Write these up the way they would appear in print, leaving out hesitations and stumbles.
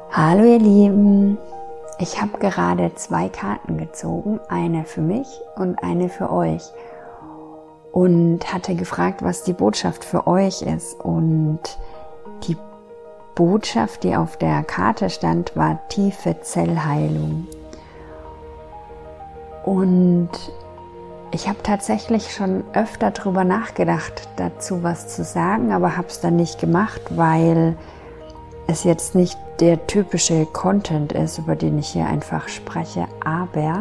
Hallo ihr Lieben, ich habe gerade 2 Karten gezogen, eine für mich und eine für euch und hatte gefragt, was die Botschaft für euch ist, und die Botschaft, die auf der Karte stand, war tiefe Zellheilung. Und ich habe tatsächlich schon öfter darüber nachgedacht, dazu was zu sagen, aber habe es dann nicht gemacht, weil es jetzt nicht der typische Content ist, über den ich hier einfach spreche. Aber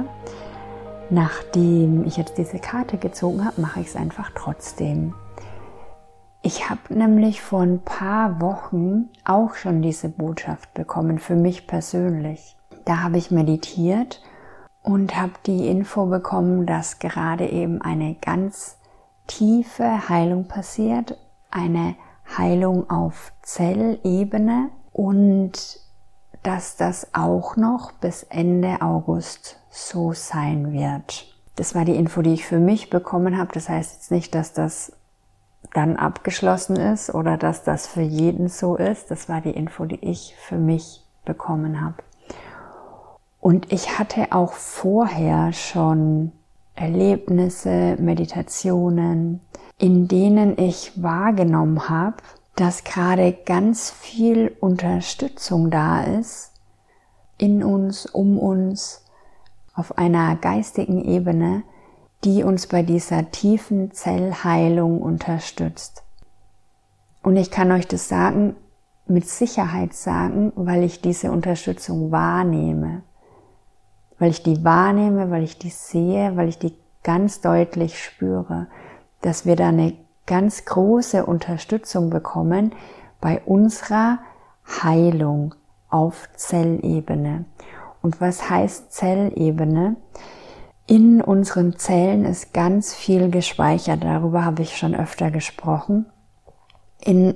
nachdem ich jetzt diese Karte gezogen habe, mache ich es einfach trotzdem. Ich habe nämlich vor ein paar Wochen auch schon diese Botschaft bekommen, für mich persönlich. Da habe ich meditiert und habe die Info bekommen, dass gerade eben eine ganz tiefe Heilung passiert, eine Heilung auf Zellebene, und dass das auch noch bis Ende August so sein wird. Das war die Info, die ich für mich bekommen habe. Das heißt jetzt nicht, dass das dann abgeschlossen ist oder dass das für jeden so ist. Das war die Info, die ich für mich bekommen habe. Und ich hatte auch vorher schon Erlebnisse, Meditationen, in denen ich wahrgenommen habe, dass gerade ganz viel Unterstützung da ist, in uns, um uns, auf einer geistigen Ebene, die uns bei dieser tiefen Zellheilung unterstützt. Und ich kann euch das sagen, mit Sicherheit sagen, weil ich diese Unterstützung wahrnehme. Weil ich die wahrnehme, weil ich die sehe, weil ich die ganz deutlich spüre, dass wir da eine ganz große Unterstützung bekommen bei unserer Heilung auf Zellebene. Und was heißt Zellebene? In unseren Zellen ist ganz viel gespeichert, darüber habe ich schon öfter gesprochen. In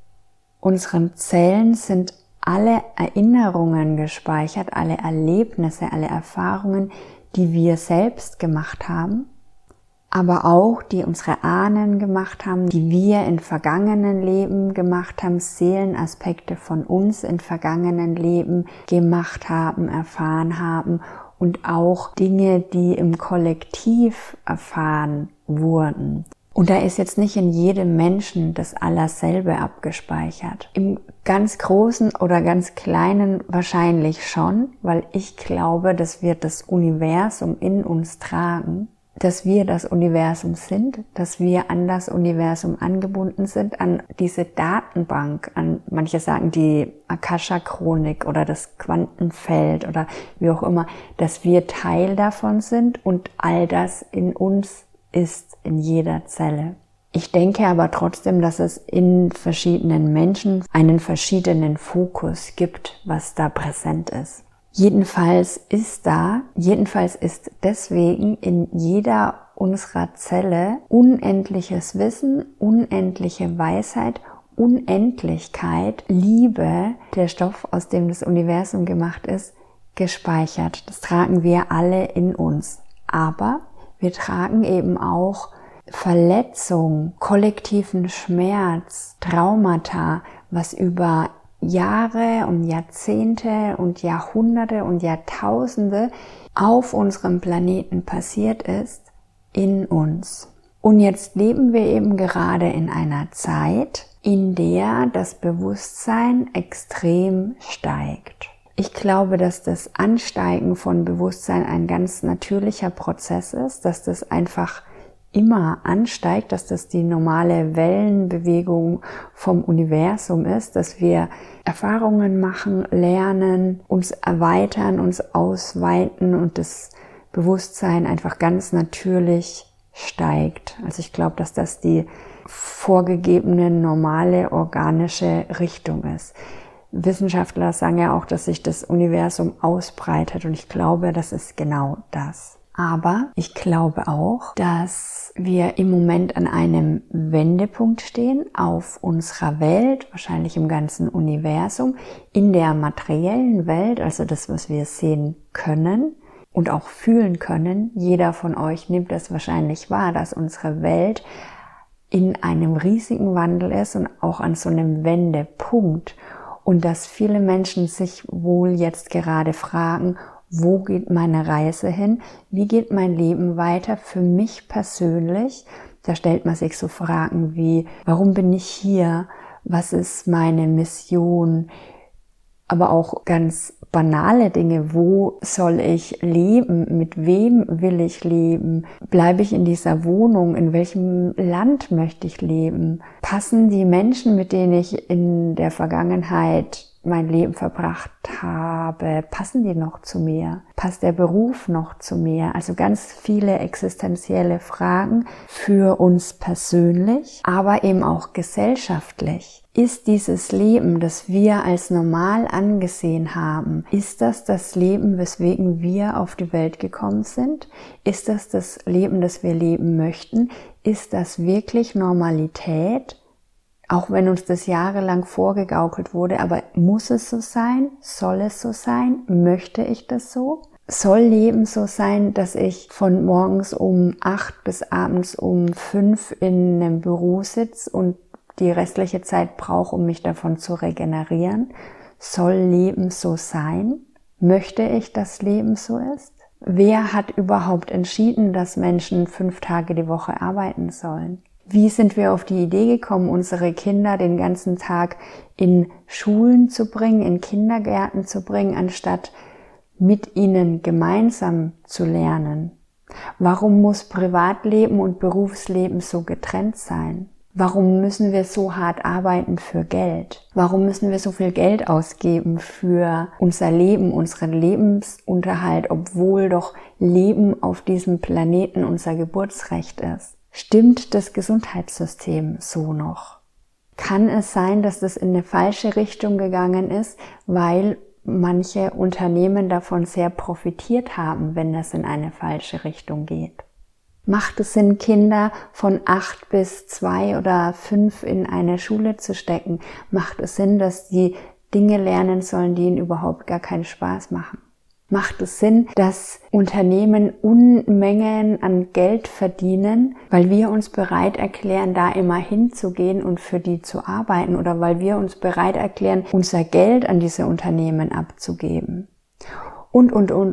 unseren Zellen sind alle Erinnerungen gespeichert, alle Erlebnisse, alle Erfahrungen, die wir selbst gemacht haben, aber auch die unsere Ahnen gemacht haben, die wir in vergangenen Leben gemacht haben, Seelenaspekte von uns in vergangenen Leben gemacht haben, erfahren haben, und auch Dinge, die im Kollektiv erfahren wurden. Und da ist jetzt nicht in jedem Menschen das Allerselbe abgespeichert. Im ganz Großen oder ganz Kleinen wahrscheinlich schon, weil ich glaube, dass wir das Universum in uns tragen, dass wir das Universum sind, dass wir an das Universum angebunden sind, an diese Datenbank, an, manche sagen die Akasha-Chronik oder das Quantenfeld oder wie auch immer, dass wir Teil davon sind und all das in uns ist, in jeder Zelle. Ich denke aber trotzdem, dass es in verschiedenen Menschen einen verschiedenen Fokus gibt, was da präsent ist. Jedenfalls ist deswegen in jeder unserer Zelle unendliches Wissen, unendliche Weisheit, Unendlichkeit, Liebe, der Stoff, aus dem das Universum gemacht ist, gespeichert. Das tragen wir alle in uns. Aber wir tragen eben auch Verletzung, kollektiven Schmerz, Traumata, was über Jahre und Jahrzehnte und Jahrhunderte und Jahrtausende auf unserem Planeten passiert ist, in uns. Und jetzt leben wir eben gerade in einer Zeit, in der das Bewusstsein extrem steigt. Ich glaube, dass das Ansteigen von Bewusstsein ein ganz natürlicher Prozess ist, dass das einfach immer ansteigt, dass das die normale Wellenbewegung vom Universum ist, dass wir Erfahrungen machen, lernen, uns erweitern, uns ausweiten und das Bewusstsein einfach ganz natürlich steigt. Also ich glaube, dass das die vorgegebene, normale, organische Richtung ist. Wissenschaftler sagen ja auch, dass sich das Universum ausbreitet, und ich glaube, das ist genau das. Aber ich glaube auch, dass wir im Moment an einem Wendepunkt stehen auf unserer Welt, wahrscheinlich im ganzen Universum, in der materiellen Welt, also das, was wir sehen können und auch fühlen können. Jeder von euch nimmt das wahrscheinlich wahr, dass unsere Welt in einem riesigen Wandel ist und auch an so einem Wendepunkt. und dass viele Menschen sich wohl jetzt gerade fragen, wo geht meine Reise hin? Wie geht mein Leben weiter für mich persönlich? Da stellt man sich so Fragen wie, warum bin ich hier? Was ist meine Mission? Aber auch ganz banale Dinge. Wo soll ich leben? Mit wem will ich leben? Bleibe ich in dieser Wohnung? In welchem Land möchte ich leben? Passen die Menschen, mit denen ich in der Vergangenheit mein Leben verbracht habe, passen die noch zu mir? Passt der Beruf noch zu mir? Also ganz viele existenzielle Fragen für uns persönlich, aber eben auch gesellschaftlich. Ist dieses Leben, das wir als normal angesehen haben, ist das Leben, weswegen wir auf die Welt gekommen sind? Ist das Leben, das wir leben möchten? Ist das wirklich Normalität? Auch wenn uns das jahrelang vorgegaukelt wurde, aber muss es so sein? Soll es so sein? Möchte ich das so? Soll Leben so sein, dass ich von morgens um 8 bis abends um 5 in einem Büro sitze und die restliche Zeit brauche, um mich davon zu regenerieren? Soll Leben so sein? Möchte ich, dass Leben so ist? Wer hat überhaupt entschieden, dass Menschen 5 Tage die Woche arbeiten sollen? Wie sind wir auf die Idee gekommen, unsere Kinder den ganzen Tag in Schulen zu bringen, in Kindergärten zu bringen, anstatt mit ihnen gemeinsam zu lernen? Warum muss Privatleben und Berufsleben so getrennt sein? Warum müssen wir so hart arbeiten für Geld? Warum müssen wir so viel Geld ausgeben für unser Leben, unseren Lebensunterhalt, obwohl doch Leben auf diesem Planeten unser Geburtsrecht ist? Stimmt das Gesundheitssystem so noch? Kann es sein, dass das in eine falsche Richtung gegangen ist, weil manche Unternehmen davon sehr profitiert haben, wenn es in eine falsche Richtung geht? Macht es Sinn, Kinder von 8 bis 2 oder 5 in eine Schule zu stecken? Macht es Sinn, dass die Dinge lernen sollen, die ihnen überhaupt gar keinen Spaß machen? Macht es Sinn, dass Unternehmen Unmengen an Geld verdienen, weil wir uns bereit erklären, da immer hinzugehen und für die zu arbeiten oder weil wir uns bereit erklären, unser Geld an diese Unternehmen abzugeben? Und.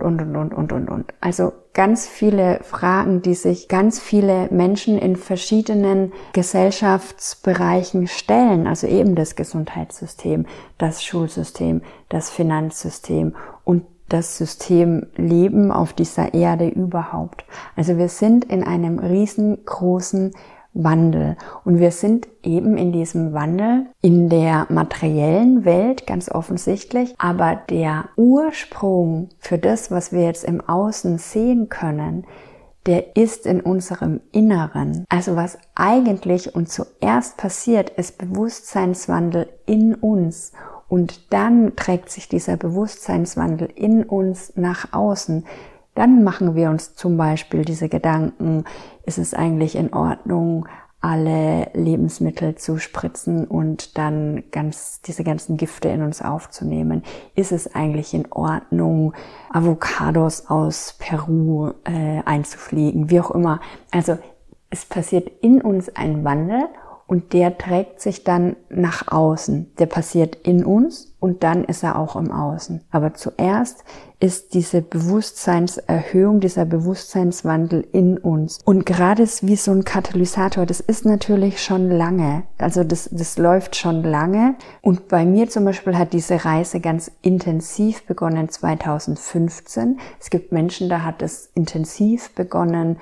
Also ganz viele Fragen, die sich ganz viele Menschen in verschiedenen Gesellschaftsbereichen stellen. Also eben das Gesundheitssystem, das Schulsystem, das Finanzsystem und das System Leben auf dieser Erde überhaupt. Also wir sind in einem riesengroßen Wandel und wir sind eben in diesem Wandel in der materiellen Welt ganz offensichtlich, aber der Ursprung für das, was wir jetzt im Außen sehen können, der ist in unserem Inneren. Also was eigentlich und zuerst passiert, ist Bewusstseinswandel in uns. Und dann trägt sich dieser Bewusstseinswandel in uns nach außen. Dann machen wir uns zum Beispiel diese Gedanken, ist es eigentlich in Ordnung, alle Lebensmittel zu spritzen und dann diese ganzen Gifte in uns aufzunehmen? Ist es eigentlich in Ordnung, Avocados aus Peru einzufliegen? Wie auch immer. Also es passiert in uns ein Wandel. Und der trägt sich dann nach außen. Der passiert in uns und dann ist er auch im Außen. Aber zuerst ist diese Bewusstseinserhöhung, dieser Bewusstseinswandel in uns. Und gerade wie so ein Katalysator, das ist natürlich schon lange. Also das läuft schon lange. Und bei mir zum Beispiel hat diese Reise ganz intensiv begonnen 2015. Es gibt Menschen, da hat es intensiv begonnen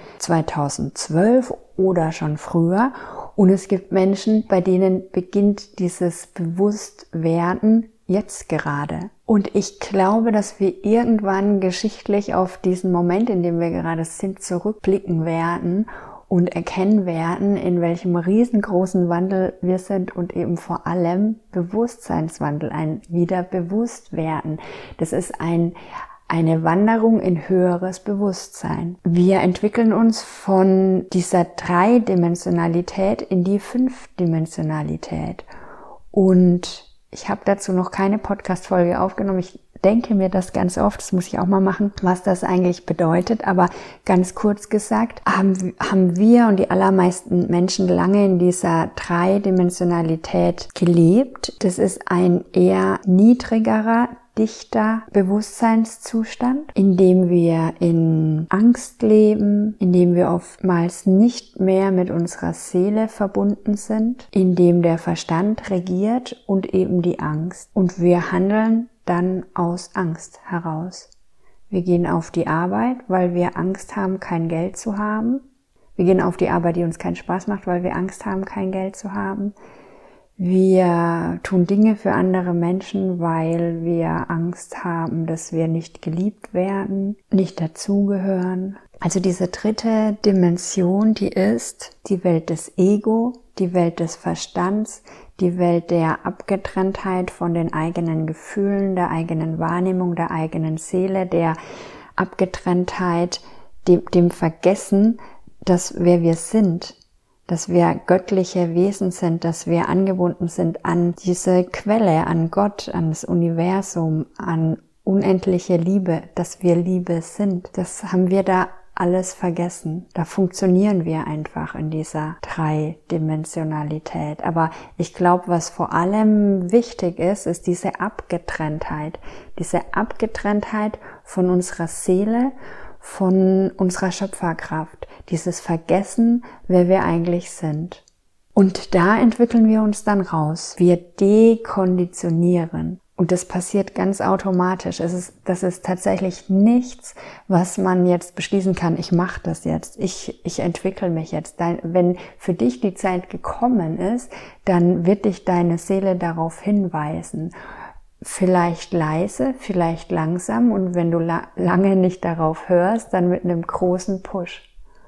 2012 oder schon früher. Und es gibt Menschen, bei denen beginnt dieses Bewusstwerden jetzt gerade. Und ich glaube, dass wir irgendwann geschichtlich auf diesen Moment, in dem wir gerade sind, zurückblicken werden und erkennen werden, in welchem riesengroßen Wandel wir sind und eben vor allem Bewusstseinswandel, ein Wiederbewusstwerden. Das ist eine Wanderung in höheres Bewusstsein. Wir entwickeln uns von dieser Dreidimensionalität in die Fünfdimensionalität. Und ich habe dazu noch keine Podcast-Folge aufgenommen. Ich denke mir das ganz oft, das muss ich auch mal machen, was das eigentlich bedeutet. Aber ganz kurz gesagt, haben wir und die allermeisten Menschen lange in dieser Dreidimensionalität gelebt. Das ist ein eher niedrigerer, dichter Bewusstseinszustand, in dem wir in Angst leben, in dem wir oftmals nicht mehr mit unserer Seele verbunden sind, in dem der Verstand regiert und eben die Angst. Und wir handeln dann aus Angst heraus. Wir gehen auf die Arbeit, weil wir Angst haben, kein Geld zu haben. Wir gehen auf die Arbeit, die uns keinen Spaß macht, weil wir Angst haben, kein Geld zu haben. Wir tun Dinge für andere Menschen, weil wir Angst haben, dass wir nicht geliebt werden, nicht dazugehören. Also diese dritte Dimension, die ist die Welt des Ego, die Welt des Verstands, die Welt der Abgetrenntheit von den eigenen Gefühlen, der eigenen Wahrnehmung, der eigenen Seele, der Abgetrenntheit, dem Vergessen, dass wer wir sind, dass wir göttliche Wesen sind, dass wir angebunden sind an diese Quelle, an Gott, an das Universum, an unendliche Liebe, dass wir Liebe sind. Das haben wir da alles vergessen. Da funktionieren wir einfach in dieser Dreidimensionalität. Aber ich glaube, was vor allem wichtig ist, ist diese Abgetrenntheit. Diese Abgetrenntheit von unserer Seele, von unserer Schöpferkraft, dieses Vergessen, wer wir eigentlich sind. Und da entwickeln wir uns dann raus. Wir dekonditionieren. Und das passiert ganz automatisch. Das ist tatsächlich nichts, was man jetzt beschließen kann. Ich mache das jetzt. Ich entwickle mich jetzt. Wenn für dich die Zeit gekommen ist, dann wird dich deine Seele darauf hinweisen. Vielleicht leise, vielleicht langsam, und wenn du lange nicht darauf hörst, dann mit einem großen Push.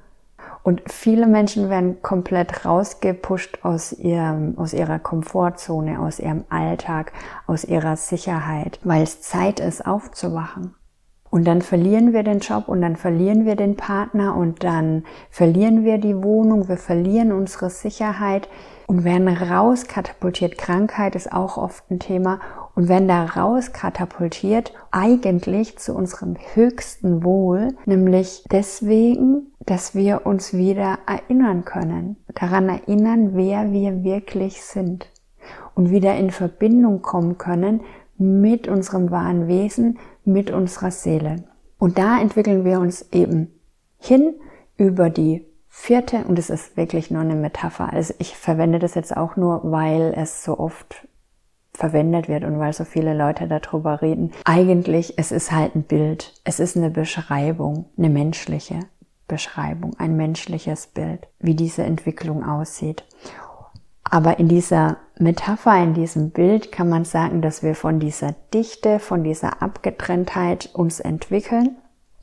Und viele Menschen werden komplett rausgepusht aus ihrer Komfortzone, aus ihrem Alltag, aus ihrer Sicherheit, weil es Zeit ist, aufzuwachen. Und dann verlieren wir den Job und dann verlieren wir den Partner und dann verlieren wir die Wohnung, wir verlieren unsere Sicherheit und werden rauskatapultiert. Krankheit ist auch oft ein Thema. Und werden da rauskatapultiert, eigentlich zu unserem höchsten Wohl, nämlich deswegen, dass wir uns wieder erinnern können, daran erinnern, wer wir wirklich sind und wieder in Verbindung kommen können mit unserem wahren Wesen, mit unserer Seele. Und da entwickeln wir uns eben hin über die vierte, und es ist wirklich nur eine Metapher, also ich verwende das jetzt auch nur, weil es so oft verwendet wird und weil so viele Leute darüber reden. Eigentlich, es ist halt ein Bild. Es ist eine Beschreibung, eine menschliche Beschreibung, ein menschliches Bild, wie diese Entwicklung aussieht. Aber in dieser Metapher, in diesem Bild kann man sagen, dass wir von dieser Dichte, von dieser Abgetrenntheit uns entwickeln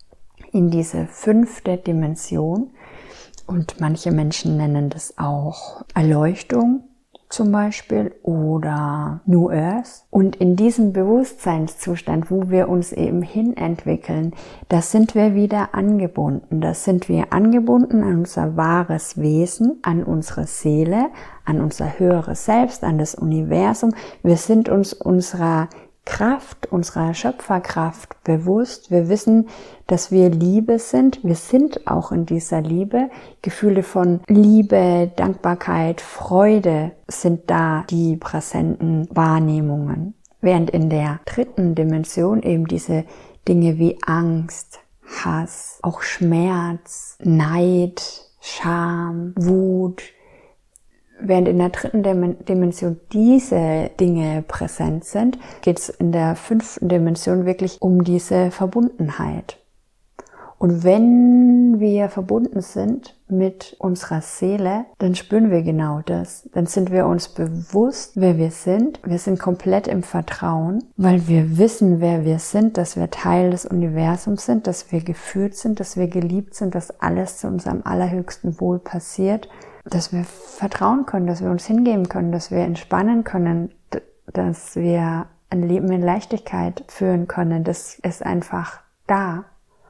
in diese fünfte Dimension. Und manche Menschen nennen das auch Erleuchtung zum Beispiel oder New Earth. Und in diesem Bewusstseinszustand, wo wir uns eben hinentwickeln, da sind wir wieder angebunden. Da sind wir angebunden an unser wahres Wesen, an unsere Seele, an unser höheres Selbst, an das Universum. Wir sind uns unserer Kraft, unserer Schöpferkraft bewusst. Wir wissen, dass wir Liebe sind. Wir sind auch in dieser Liebe. Gefühle von Liebe, Dankbarkeit, Freude sind da die präsenten Wahrnehmungen. Während in der dritten Dimension eben diese Dinge wie Angst, Hass, auch Schmerz, Neid, Scham, Wut, während in der dritten Dimension diese Dinge präsent sind, geht es in der fünften Dimension wirklich um diese Verbundenheit. Und wenn wir verbunden sind mit unserer Seele, dann spüren wir genau das. Dann sind wir uns bewusst, wer wir sind. Wir sind komplett im Vertrauen, weil wir wissen, wer wir sind, dass wir Teil des Universums sind, dass wir geführt sind, dass wir geliebt sind, dass alles zu unserem allerhöchsten Wohl passiert, dass wir vertrauen können, dass wir uns hingeben können, dass wir entspannen können, dass wir ein Leben in Leichtigkeit führen können. Das ist einfach da.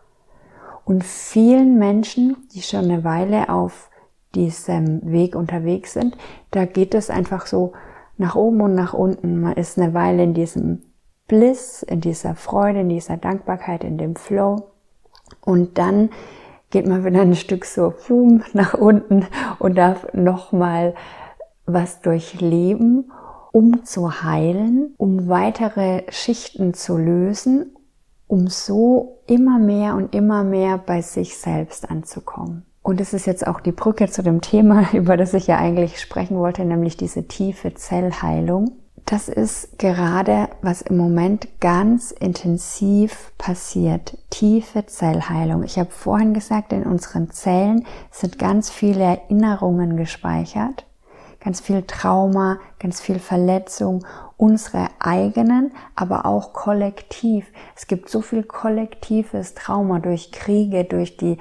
Und vielen Menschen, die schon eine Weile auf diesem Weg unterwegs sind, da geht es einfach so nach oben und nach unten. Man ist eine Weile in diesem Bliss, in dieser Freude, in dieser Dankbarkeit, in dem Flow. Und dann geht man wieder ein Stück so nach unten und darf nochmal was durchleben, um zu heilen, um weitere Schichten zu lösen, um so immer mehr und immer mehr bei sich selbst anzukommen. Und es ist jetzt auch die Brücke zu dem Thema, über das ich ja eigentlich sprechen wollte, nämlich diese tiefe Zellheilung. Das ist gerade, was im Moment ganz intensiv passiert. Tiefe Zellheilung. Ich habe vorhin gesagt, in unseren Zellen sind ganz viele Erinnerungen gespeichert. Ganz viel Trauma, ganz viel Verletzung, unsere eigenen, aber auch kollektiv. Es gibt so viel kollektives Trauma durch Kriege, durch die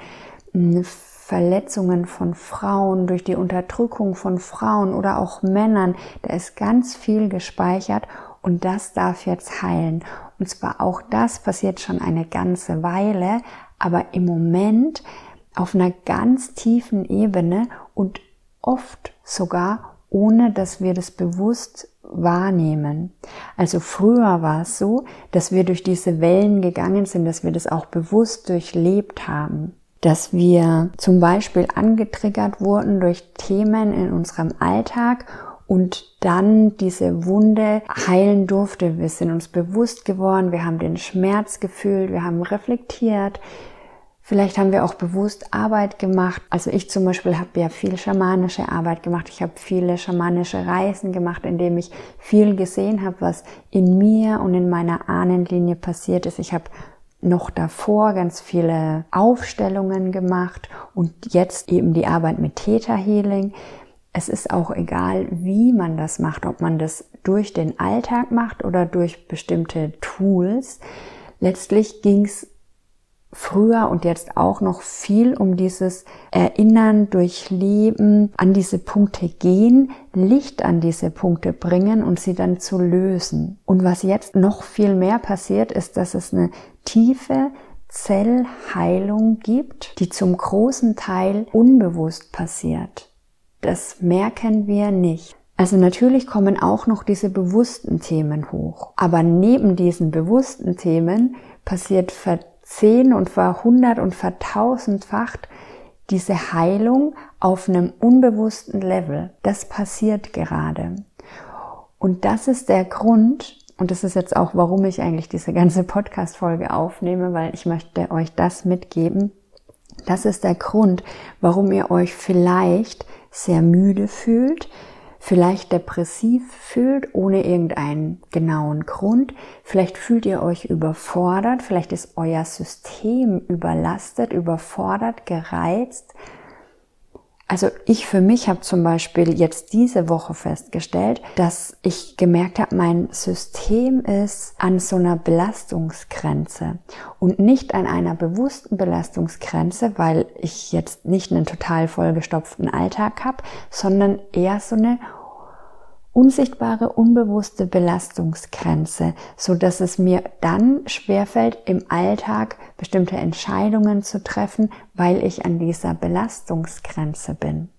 Verletzungen von Frauen, durch die Unterdrückung von Frauen oder auch Männern. Da ist ganz viel gespeichert und das darf jetzt heilen. Und zwar auch das passiert schon eine ganze Weile, aber im Moment auf einer ganz tiefen Ebene und oft sogar ohne, dass wir das bewusst wahrnehmen. Also früher war es so, dass wir durch diese Wellen gegangen sind, dass wir das auch bewusst durchlebt haben. Dass wir zum Beispiel angetriggert wurden durch Themen in unserem Alltag und dann diese Wunde heilen durfte. Wir sind uns bewusst geworden, wir haben den Schmerz gefühlt, wir haben reflektiert. Vielleicht haben wir auch bewusst Arbeit gemacht. Also ich zum Beispiel habe ja viel schamanische Arbeit gemacht. Ich habe viele schamanische Reisen gemacht, indem ich viel gesehen habe, was in mir und in meiner Ahnenlinie passiert ist. Ich habe noch davor ganz viele Aufstellungen gemacht und jetzt eben die Arbeit mit Theta Healing. Es ist auch egal, wie man das macht, ob man das durch den Alltag macht oder durch bestimmte Tools. Letztlich ging es früher und jetzt auch noch viel um dieses Erinnern, Durchleben, an diese Punkte gehen, Licht an diese Punkte bringen und sie dann zu lösen. Und was jetzt noch viel mehr passiert, ist, dass es eine tiefe Zellheilung gibt, die zum großen Teil unbewusst passiert. Das merken wir nicht. Also natürlich kommen auch noch diese bewussten Themen hoch. Aber neben diesen bewussten Themen passiert 10 und 100 und 1000-facht diese Heilung auf einem unbewussten Level. Das passiert gerade. Und das ist der Grund, und das ist jetzt auch, warum ich eigentlich diese ganze Podcast-Folge aufnehme, weil ich möchte euch das mitgeben. Das ist der Grund, warum ihr euch vielleicht sehr müde fühlt, vielleicht depressiv fühlt, ohne irgendeinen genauen Grund. Vielleicht fühlt ihr euch überfordert, vielleicht ist euer System überlastet, überfordert, gereizt. Also ich für mich habe zum Beispiel jetzt diese Woche festgestellt, dass ich gemerkt habe, mein System ist an so einer Belastungsgrenze und nicht an einer bewussten Belastungsgrenze, weil ich jetzt nicht einen total vollgestopften Alltag habe, sondern eher so eine unsichtbare, unbewusste Belastungsgrenze, so dass es mir dann schwerfällt, im Alltag bestimmte Entscheidungen zu treffen, weil ich an dieser Belastungsgrenze bin.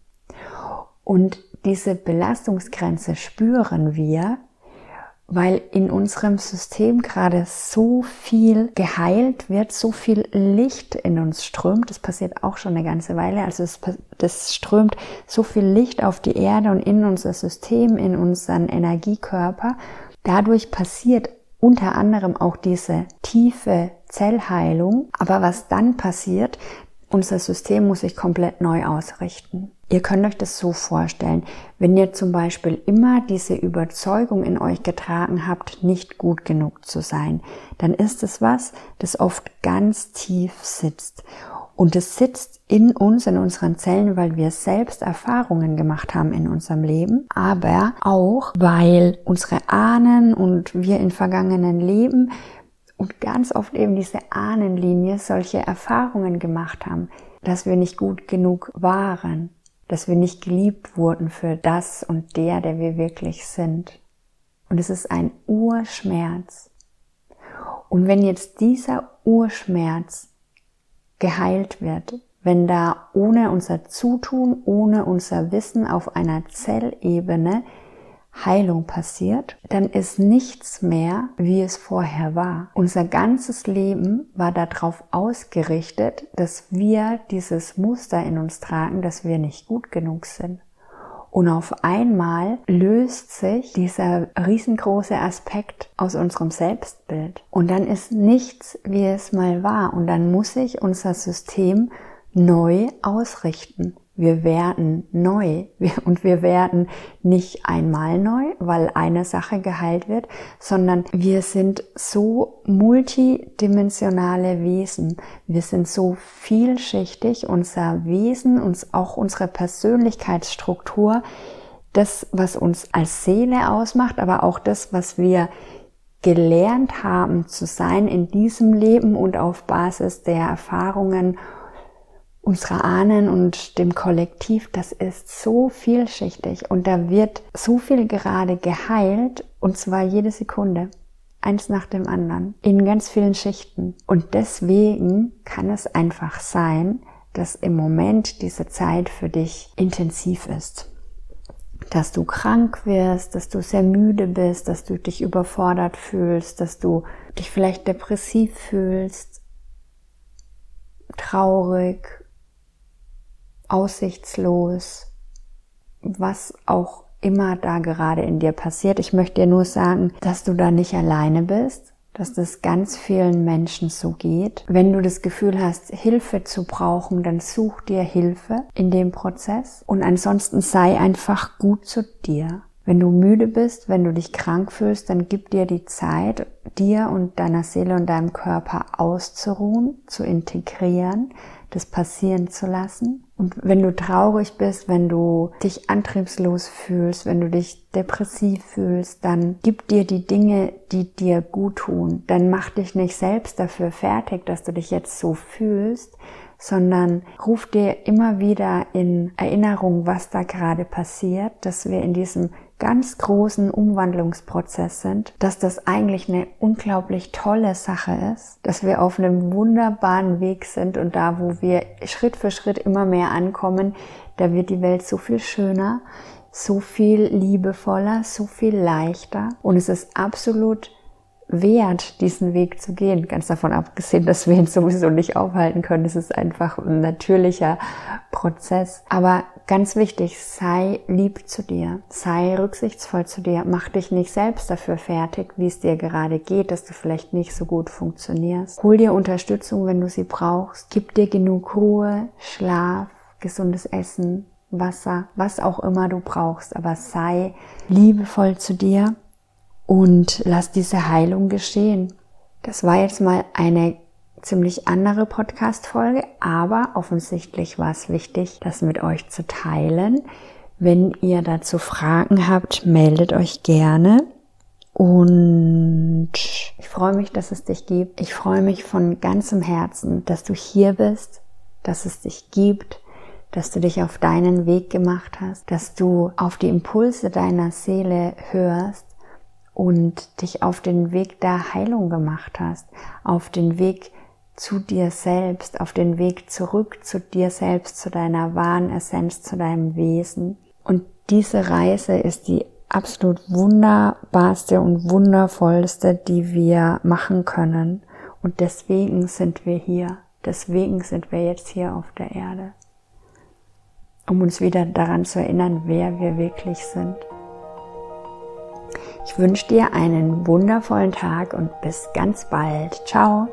Und diese Belastungsgrenze spüren wir, weil in unserem System gerade so viel geheilt wird, so viel Licht in uns strömt. Das passiert auch schon eine ganze Weile. Also das strömt so viel Licht auf die Erde und in unser System, in unseren Energiekörper. Dadurch passiert unter anderem auch diese tiefe Zellheilung. Aber was dann passiert, unser System muss sich komplett neu ausrichten. Ihr könnt euch das so vorstellen, wenn ihr zum Beispiel immer diese Überzeugung in euch getragen habt, nicht gut genug zu sein, dann ist es was, das oft ganz tief sitzt. Und es sitzt in uns, in unseren Zellen, weil wir selbst Erfahrungen gemacht haben in unserem Leben, aber auch, weil unsere Ahnen und wir in vergangenen Leben und ganz oft eben diese Ahnenlinie solche Erfahrungen gemacht haben, dass wir nicht gut genug waren, dass wir nicht geliebt wurden für das und der wir wirklich sind. Und es ist ein Urschmerz. Und wenn jetzt dieser Urschmerz geheilt wird, wenn da ohne unser Zutun, ohne unser Wissen auf einer Zellebene Heilung passiert, dann ist nichts mehr, wie es vorher war. Unser ganzes Leben war darauf ausgerichtet, dass wir dieses Muster in uns tragen, dass wir nicht gut genug sind. Und auf einmal löst sich dieser riesengroße Aspekt aus unserem Selbstbild. Und dann ist nichts, wie es mal war. Und dann muss sich unser System neu ausrichten. Wir werden neu und wir werden nicht einmal neu, weil eine Sache geheilt wird, sondern wir sind so multidimensionale Wesen. Wir sind so vielschichtig, unser Wesen, auch unsere Persönlichkeitsstruktur, das, was uns als Seele ausmacht, aber auch das, was wir gelernt haben zu sein in diesem Leben und auf Basis der Erfahrungen unserer Ahnen und dem Kollektiv, das ist so vielschichtig und da wird so viel gerade geheilt und zwar jede Sekunde, eins nach dem anderen, in ganz vielen Schichten. Und deswegen kann es einfach sein, dass im Moment diese Zeit für dich intensiv ist. Dass du krank wirst, dass du sehr müde bist, dass du dich überfordert fühlst, dass du dich vielleicht depressiv fühlst, traurig, aussichtslos, was auch immer da gerade in dir passiert. Ich möchte dir nur sagen, dass du da nicht alleine bist, dass das ganz vielen Menschen so geht. Wenn du das Gefühl hast, Hilfe zu brauchen, dann such dir Hilfe in dem Prozess und ansonsten sei einfach gut zu dir. Wenn du müde bist, wenn du dich krank fühlst, dann gib dir die Zeit, dir und deiner Seele und deinem Körper auszuruhen, zu integrieren, das passieren zu lassen. Und wenn du traurig bist, wenn du dich antriebslos fühlst, wenn du dich depressiv fühlst, dann gib dir die Dinge, die dir gut tun. Dann mach dich nicht selbst dafür fertig, dass du dich jetzt so fühlst, sondern ruf dir immer wieder in Erinnerung, was da gerade passiert, dass wir in diesem ganz großen Umwandlungsprozess sind, dass das eigentlich eine unglaublich tolle Sache ist, dass wir auf einem wunderbaren Weg sind und da, wo wir Schritt für Schritt immer mehr ankommen, da wird die Welt so viel schöner, so viel liebevoller, so viel leichter und es ist absolut wert, diesen Weg zu gehen. Ganz davon abgesehen, dass wir ihn sowieso nicht aufhalten können. Es ist einfach ein natürlicher Prozess. Aber ganz wichtig, sei lieb zu dir. Sei rücksichtsvoll zu dir. Mach dich nicht selbst dafür fertig, wie es dir gerade geht, dass du vielleicht nicht so gut funktionierst. Hol dir Unterstützung, wenn du sie brauchst. Gib dir genug Ruhe, Schlaf, gesundes Essen, Wasser, was auch immer du brauchst. Aber sei liebevoll zu dir. Und lass diese Heilung geschehen. Das war jetzt mal eine ziemlich andere Podcast-Folge, aber offensichtlich war es wichtig, das mit euch zu teilen. Wenn ihr dazu Fragen habt, meldet euch gerne. Und ich freue mich, dass es dich gibt. Ich freue mich von ganzem Herzen, dass du hier bist, dass es dich gibt, dass du dich auf deinen Weg gemacht hast, dass du auf die Impulse deiner Seele hörst und dich auf den Weg der Heilung gemacht hast, auf den Weg zu dir selbst, auf den Weg zurück zu dir selbst, zu deiner wahren Essenz, zu deinem Wesen. Und diese Reise ist die absolut wunderbarste und wundervollste, die wir machen können. Und deswegen sind wir hier. Deswegen sind wir jetzt hier auf der Erde. Um uns wieder daran zu erinnern, wer wir wirklich sind. Ich wünsche dir einen wundervollen Tag und bis ganz bald. Ciao!